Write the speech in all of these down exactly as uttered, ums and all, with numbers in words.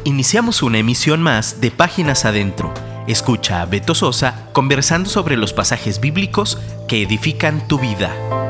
Iniciamos una emisión más de Páginas Adentro. Escucha a Beto Sosa conversando sobre los pasajes bíblicos que edifican tu vida.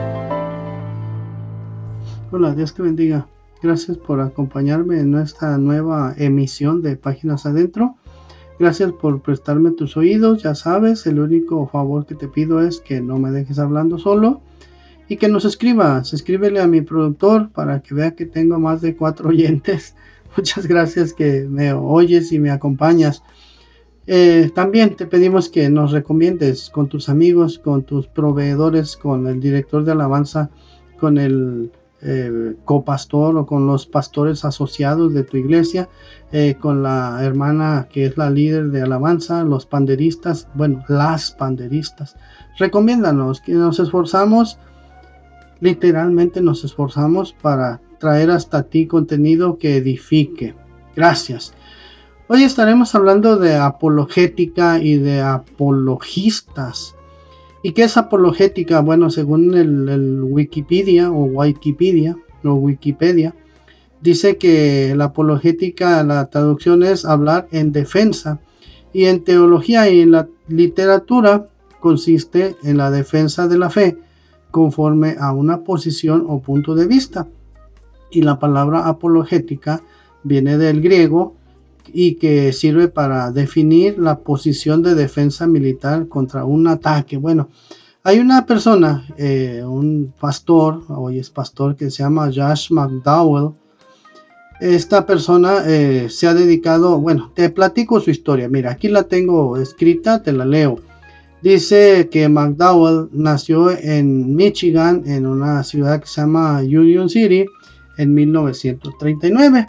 Hola, Dios te bendiga. Gracias por acompañarme en esta nueva emisión de Páginas Adentro. Gracias por prestarme tus oídos. Ya sabes, el único favor que te pido es que no me dejes hablando solo y que nos escribas. Escríbele a mi productor para que vea que tengo más de cuatro oyentes. Muchas gracias que me oyes y me acompañas. Eh, también te pedimos que nos recomiendes con tus amigos, con tus proveedores, con el director de alabanza, con el eh, copastor o con los pastores asociados de tu iglesia, eh, con la hermana que es la líder de alabanza, los panderistas, bueno, las panderistas. Recomiéndanos, que nos esforzamos, literalmente nos esforzamos para traer hasta ti contenido que edifique. Gracias. Hoy estaremos hablando de apologética y de apologistas. ¿Y qué es apologética? Bueno, según el, el Wikipedia o Wikipedia o Wikipedia, dice que la apologética, la traducción es hablar en defensa, y en teología y en la literatura consiste en la defensa de la fe conforme a una posición o punto de vista. Y la palabra apologética viene del griego y que sirve para definir la posición de defensa militar contra un ataque. Bueno, hay una persona, eh, un pastor, hoy es pastor, que se llama Josh McDowell. Esta persona eh, se ha dedicado, bueno, te platico su historia. Mira, aquí la tengo escrita, te la leo. Dice que McDowell nació en Michigan, en una ciudad que se llama Union City, en mil novecientos treinta y nueve.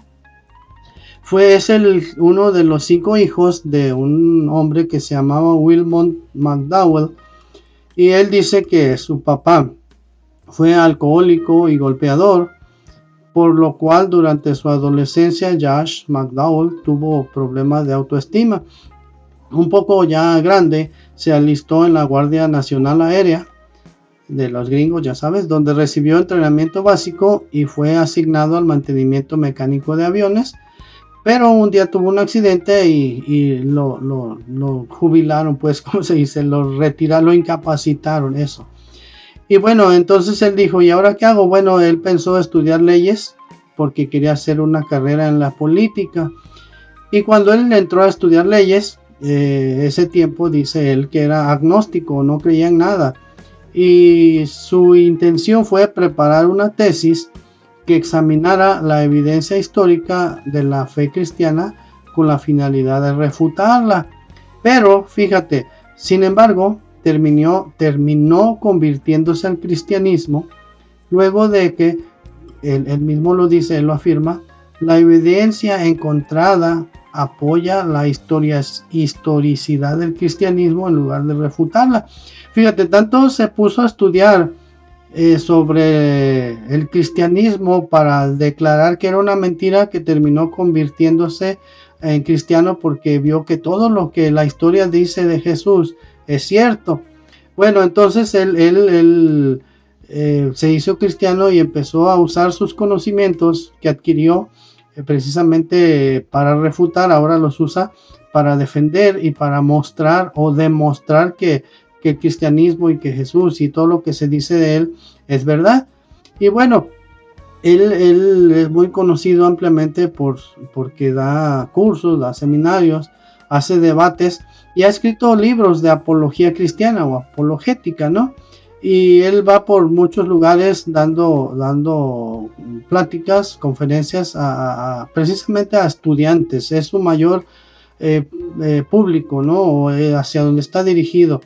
Fue es el, uno de los cinco hijos de un hombre que se llamaba Wilmot McDowell, y él dice que su papá fue alcohólico y golpeador, por lo cual durante su adolescencia Josh McDowell tuvo problemas de autoestima. Un poco ya grande se alistó en la Guardia Nacional Aérea de los gringos, ya sabes, donde recibió entrenamiento básico y fue asignado al mantenimiento mecánico de aviones, pero un día tuvo un accidente y, y lo, lo, lo jubilaron, pues, como se dice, lo retiraron, lo incapacitaron, eso. Y bueno, entonces él dijo, ¿y ahora qué hago? Bueno, él pensó estudiar leyes porque quería hacer una carrera en la política, y cuando él entró a estudiar leyes, eh, ese tiempo dice él que era agnóstico, no creía en nada. Y su intención fue preparar una tesis que examinara la evidencia histórica de la fe cristiana con la finalidad de refutarla. Pero fíjate, sin embargo, terminó, terminó convirtiéndose al cristianismo luego de que, él, él mismo lo dice, él lo afirma, la evidencia encontrada apoya la historia, historicidad del cristianismo en lugar de refutarla. Fíjate, tanto se puso a estudiar eh, sobre el cristianismo para declarar que era una mentira, que terminó convirtiéndose en cristiano porque vio que todo lo que la historia dice de Jesús es cierto. Bueno, entonces él, él, él eh, se hizo cristiano y empezó a usar sus conocimientos que adquirió eh, precisamente para refutar. Ahora los usa para defender y para mostrar o demostrar que que el cristianismo y que Jesús y todo lo que se dice de él es verdad. Y bueno, él, él es muy conocido ampliamente por, porque da cursos, da seminarios, hace debates y ha escrito libros de apología cristiana o apologética, ¿no? Y él va por muchos lugares dando, dando pláticas, conferencias a, a, precisamente a estudiantes. Es su mayor eh, eh, público, ¿no? O, eh, hacia donde está dirigido.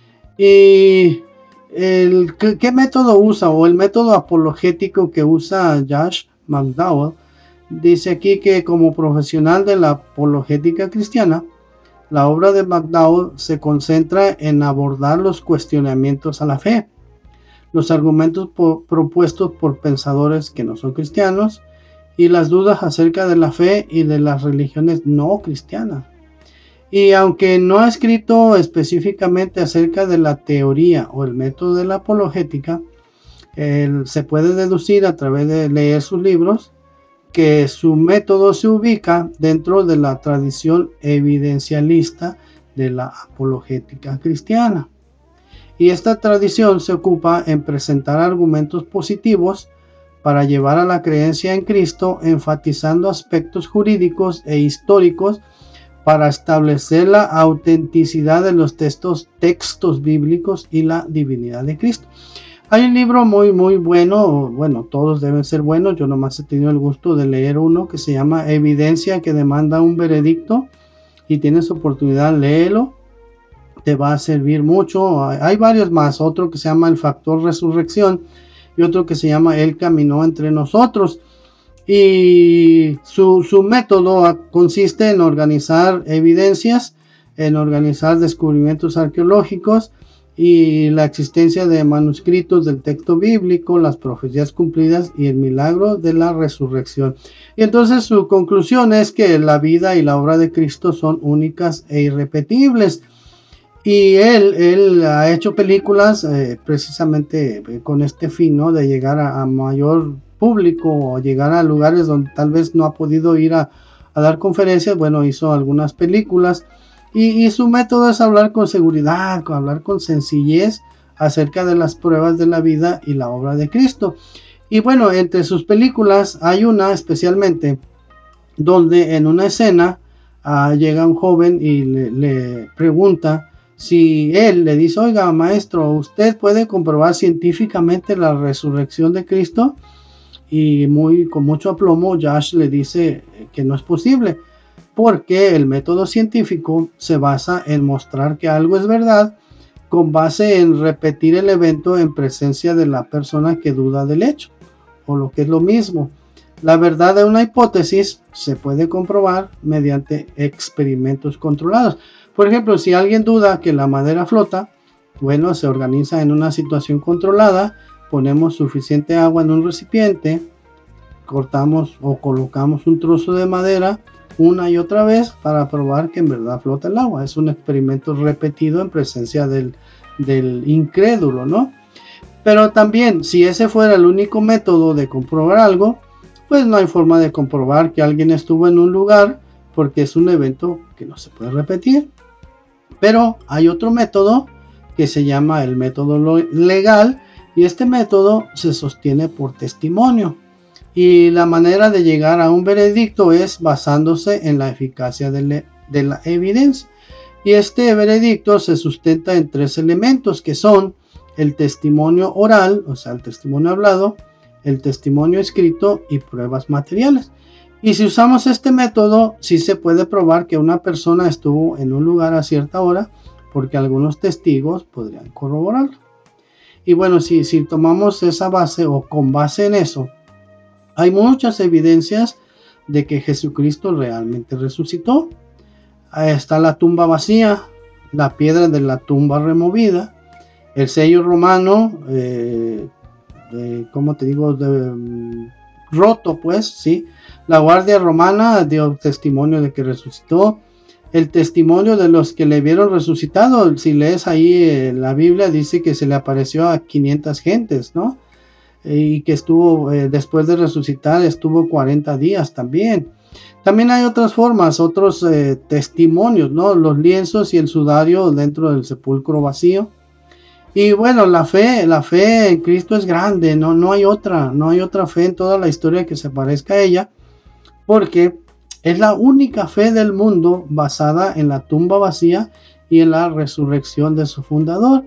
Y el, ¿qué, ¿qué método usa? O el método apologético que usa Josh McDowell. Dice aquí que como profesional de la apologética cristiana, la obra de McDowell se concentra en abordar los cuestionamientos a la fe, los argumentos por, propuestos por pensadores que no son cristianos y las dudas acerca de la fe y de las religiones no cristianas. Y aunque no ha escrito específicamente acerca de la teoría o el método de la apologética, eh, se puede deducir a través de leer sus libros que su método se ubica dentro de la tradición evidencialista de la apologética cristiana. Y esta tradición se ocupa en presentar argumentos positivos para llevar a la creencia en Cristo, enfatizando aspectos jurídicos e históricos para establecer la autenticidad de los textos, textos bíblicos y la divinidad de Cristo. Hay un libro muy muy bueno, bueno, todos deben ser buenos, yo nomás he tenido el gusto de leer uno que se llama Evidencia que demanda un veredicto, y tienes oportunidad, léelo, te va a servir mucho. Hay varios más, otro que se llama El Factor Resurrección y otro que se llama Él caminó entre nosotros, y su, su método consiste en organizar evidencias, en organizar descubrimientos arqueológicos y la existencia de manuscritos del texto bíblico, las profecías cumplidas y el milagro de la resurrección. Y entonces su conclusión es que la vida y la obra de Cristo son únicas e irrepetibles. Y él, él ha hecho películas eh, precisamente con este fin, ¿no? De llegar a, a mayor público o llegar a lugares donde tal vez no ha podido ir a, a dar conferencias. Bueno, hizo algunas películas. Y, y su método es hablar con seguridad, con hablar con sencillez acerca de las pruebas de la vida y la obra de Cristo. Y bueno, entre sus películas hay una especialmente donde en una escena uh, llega un joven y le, le pregunta si él le dice, oiga maestro, ¿usted puede comprobar científicamente la resurrección de Cristo? Y muy, con mucho aplomo Josh le dice que no es posible, porque el método científico se basa en mostrar que algo es verdad con base en repetir el evento en presencia de la persona que duda del hecho, o lo que es lo mismo. La verdad de una hipótesis se puede comprobar mediante experimentos controlados. Por ejemplo, si alguien duda que la madera flota, bueno, se organiza en una situación controlada, ponemos suficiente agua en un recipiente, cortamos o colocamos un trozo de madera una y otra vez para probar que en verdad flota el agua. Es un experimento repetido en presencia del, del incrédulo, ¿no? Pero también, si ese fuera el único método de comprobar algo, pues no hay forma de comprobar que alguien estuvo en un lugar, porque es un evento que no se puede repetir. Pero hay otro método que se llama el método legal, y este método se sostiene por testimonio. Y la manera de llegar a un veredicto es basándose en la eficacia de, le, de la evidencia. Y este veredicto se sustenta en tres elementos, que son el testimonio oral, o sea, el testimonio hablado, el testimonio escrito y pruebas materiales. Y si usamos este método, sí se puede probar que una persona estuvo en un lugar a cierta hora, porque algunos testigos podrían corroborarlo. Y bueno, si, si tomamos esa base o con base en eso, hay muchas evidencias de que Jesucristo realmente resucitó. Ahí está la tumba vacía, la piedra de la tumba removida, el sello romano, eh, de, ¿cómo te digo? De, um, roto, pues, sí. La guardia romana dio testimonio de que resucitó. El testimonio de los que le vieron resucitado, si lees ahí eh, la Biblia, dice que se le apareció a quinientas gentes, ¿no? Y que estuvo, eh, después de resucitar, estuvo cuarenta días también. También hay otras formas, otros eh, testimonios, ¿no? Los lienzos y el sudario dentro del sepulcro vacío. Y bueno, la fe, la fe en Cristo es grande, no, no hay otra, no hay otra fe en toda la historia que se parezca a ella, porque es la única fe del mundo basada en la tumba vacía y en la resurrección de su fundador.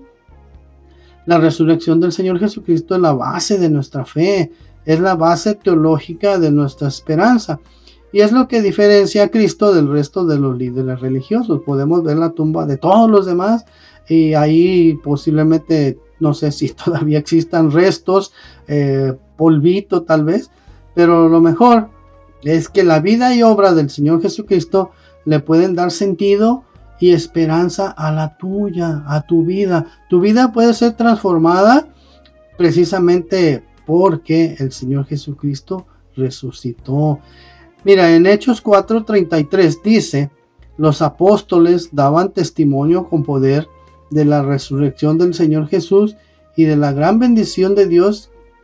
La resurrección del Señor Jesucristo es la base de nuestra fe, es la base teológica de nuestra esperanza, y es lo que diferencia a Cristo del resto de los líderes religiosos. Podemos ver la tumba de todos los demás, y ahí posiblemente, no sé si todavía existan restos, eh, polvito tal vez, pero lo mejor es que la vida y obra del Señor Jesucristo le pueden dar sentido y esperanza a la tuya, a tu vida. Tu vida puede ser transformada precisamente porque el Señor Jesucristo resucitó. Mira, en Hechos cuatro treinta y tres dice: los apóstoles daban testimonio con poder de la resurrección del Señor Jesús y de la gran bendición de Dios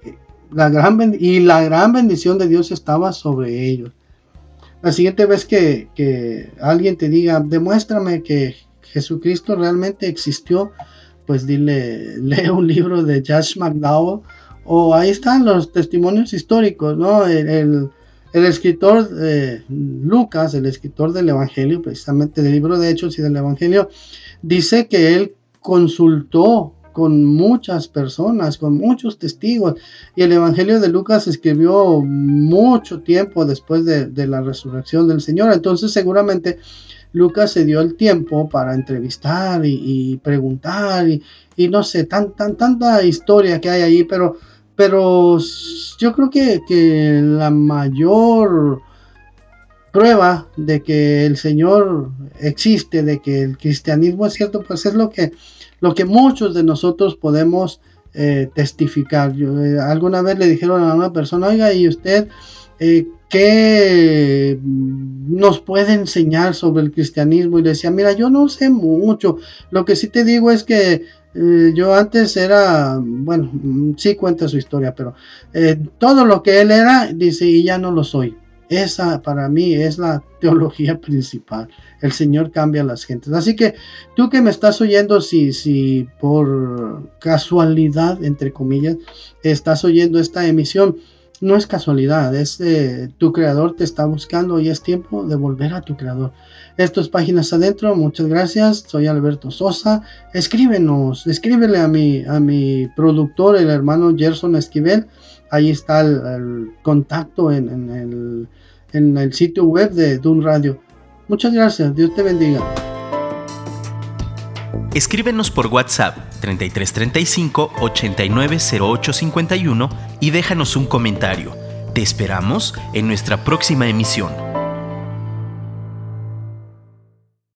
la gran ben- y la gran bendición de Dios estaba sobre ellos. La siguiente vez que, que alguien te diga, demuéstrame que Jesucristo realmente existió, pues dile, lee un libro de Josh McDowell, o ahí están los testimonios históricos, ¿no? El, el, el escritor eh, Lucas, el escritor del Evangelio, precisamente del libro de Hechos y del Evangelio, dice que él consultó con muchas personas, con muchos testigos, y el Evangelio de Lucas se escribió mucho tiempo después de, de la resurrección del Señor. Entonces seguramente Lucas se dio el tiempo para entrevistar y, y preguntar y, y no sé, tan, tan, tanta historia que hay ahí, pero, pero yo creo que, que la mayor prueba de que el Señor existe, de que el cristianismo es cierto, pues es lo que, lo que muchos de nosotros podemos eh, testificar. Yo, eh, alguna vez le dijeron a una persona, oiga, ¿y usted eh, qué nos puede enseñar sobre el cristianismo? Y le decía, mira, yo no sé mucho, lo que sí te digo es que eh, yo antes era, bueno, sí cuenta su historia, pero eh, todo lo que él era, dice, y ya no lo soy. Esa para mí es la teología principal. El Señor cambia a las gentes. Así que tú que me estás oyendo, si, si por casualidad, entre comillas, estás oyendo esta emisión, no es casualidad, es eh, tu creador te está buscando y es tiempo de volver a tu creador. Esto es Páginas Adentro, muchas gracias, soy Alberto Sosa. Escríbenos, escríbele a mi, a mi productor, el hermano Gerson Esquivel. Ahí está el, el contacto en, en, el, en el sitio web de Dun Radio. Muchas gracias, Dios te bendiga. Escríbenos por WhatsApp treinta y tres treinta y cinco ochenta y nueve cero ocho cincuenta y uno y déjanos un comentario. Te esperamos en nuestra próxima emisión.